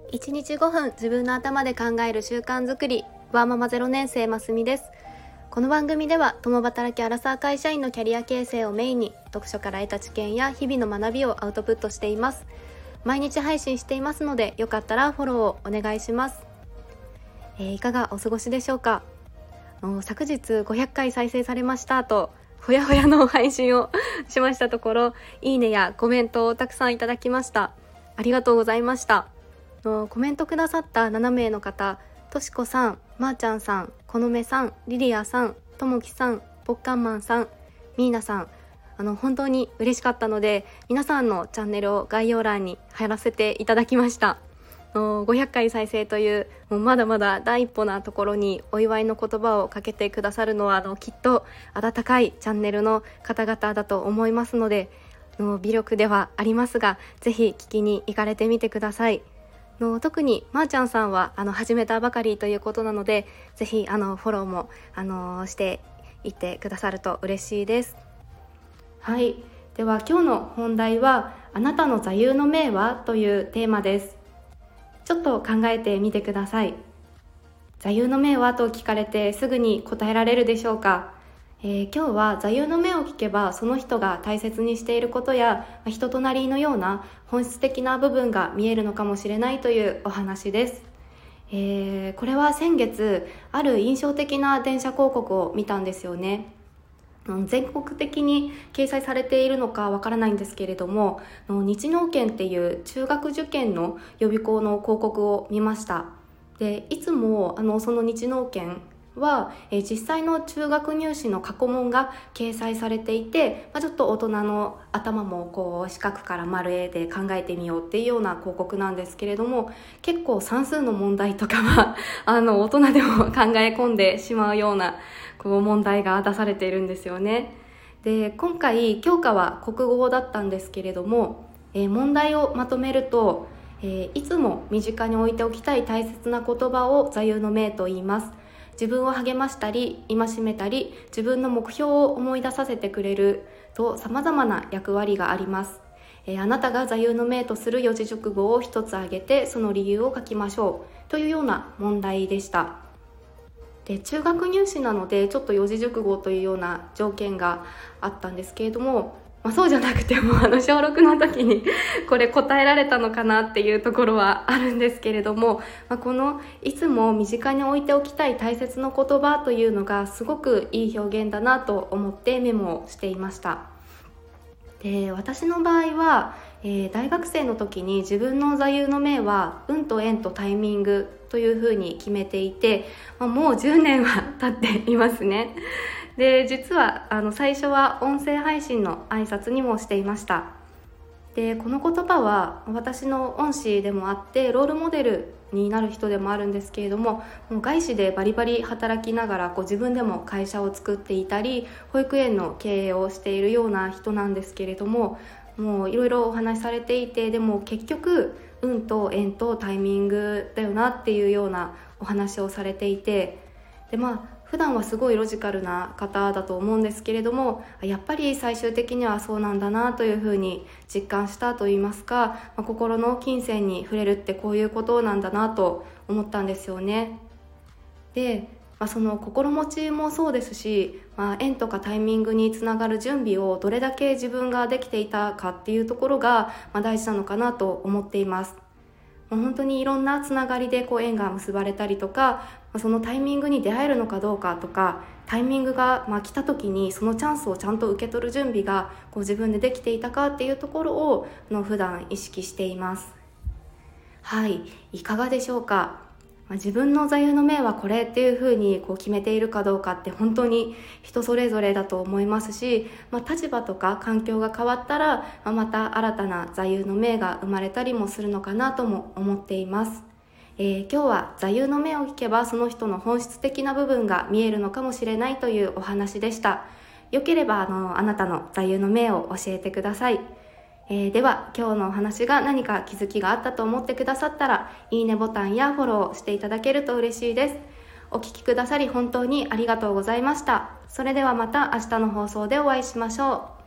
1日5分自分の頭で考える習慣づくり、ワーママ0年生ますみです。この番組では共働きアラサー会社員のキャリア形成をメインに読書から得た知見や日々の学びをアウトプットしています。毎日配信していますので、よかったらフォローをお願いします。いかがお過ごしでしょうか。昨日500回再生されましたとほやほやの配信をしましたところ、いいねやコメントをたくさんいただきました。ありがとうございました。コメントくださった7名の方、としこさん、まーちゃんさん、このめさん、リリアさん、ともきさん、ぽっかんまんさん、みーなさん、本当に嬉しかったので、皆さんのチャンネルを概要欄に貼らせていただきました。500回再生というもうまだまだ第一歩なところにお祝いの言葉をかけてくださるのはきっと温かいチャンネルの方々だと思いますので、微力ではありますが、ぜひ聞きに行かれてみてください。特にまーちゃんさんは始めたばかりということなので、ぜひフォローもしていってくださると嬉しいです。はい、では今日の本題は、あなたの座右の銘はというテーマです。ちょっと考えてみてください。座右の銘はと聞かれてすぐに答えられるでしょうか。今日は座右の銘を聞けば、その人が大切にしていることや人となりのような本質的な部分が見えるのかもしれないというお話です。これは先月ある印象的な電車広告を見たんですよね。全国的に掲載されているのかわからないんですけれども、日農研っていう中学受験の予備校の広告を見ました。で、いつもその日農研は、実際の中学入試の過去問が掲載されていて、ちょっと大人の頭も四角から丸絵で考えてみようっていうような広告なんですけれども、結構算数の問題とかは大人でも考え込んでしまうような問題が出されているんですよね。で、今回教科は国語だったんですけれども、問題をまとめると、いつも身近に置いておきたい大切な言葉を座右の銘と言います。自分を励ましたり戒めたり、自分の目標を思い出させてくれると様々な役割があります。あなたが座右の銘とする四字熟語を一つ挙げて、その理由を書きましょうというような問題でした。で、中学入試なのでちょっと四字熟語というような条件があったんですけれども、そうじゃなくても小6の時にこれ答えられたのかなっていうところはあるんですけれども、このいつも身近に置いておきたい大切な言葉というのがすごくいい表現だなと思ってメモをしていました。で、私の場合は、大学生の時に自分の座右の銘は運と縁とタイミングというふうに決めていて、もう10年は経っていますね。で、実は最初は音声配信の挨拶にもしていました。で、この言葉は私の恩師でもあってロールモデルになる人でもあるんですけれども、もう外資でバリバリ働きながら自分でも会社を作っていたり、保育園の経営をしているような人なんですけれども、もういろいろお話しされていて、でも結局運と縁とタイミングだよなっていうようなお話をされていて、で、普段はすごいロジカルな方だと思うんですけれども、やっぱり最終的にはそうなんだなというふうに実感したといいますか、心の金銭に触れるってこういうことなんだなと思ったんですよね。で、その心持ちもそうですし、縁とかタイミングにつながる準備をどれだけ自分ができていたかっていうところが大事なのかなと思っています。本当にいろんなつながりで縁が結ばれたりとか、そのタイミングに出会えるのかどうかとか、タイミングが来た時にそのチャンスをちゃんと受け取る準備が自分でできていたかっていうところを普段意識しています。はい、いかがでしょうか。自分の座右の銘はこれっていうふうに決めているかどうかって本当に人それぞれだと思いますし、立場とか環境が変わったらまた新たな座右の銘が生まれたりもするのかなとも思っています。今日は座右の銘を聞けばその人の本質的な部分が見えるのかもしれないというお話でした。よければあなたの座右の銘を教えてください。では今日のお話が何か気づきがあったと思ってくださったら、いいねボタンやフォローしていただけると嬉しいです。お聞きくださり本当にありがとうございました。それではまた明日の放送でお会いしましょう。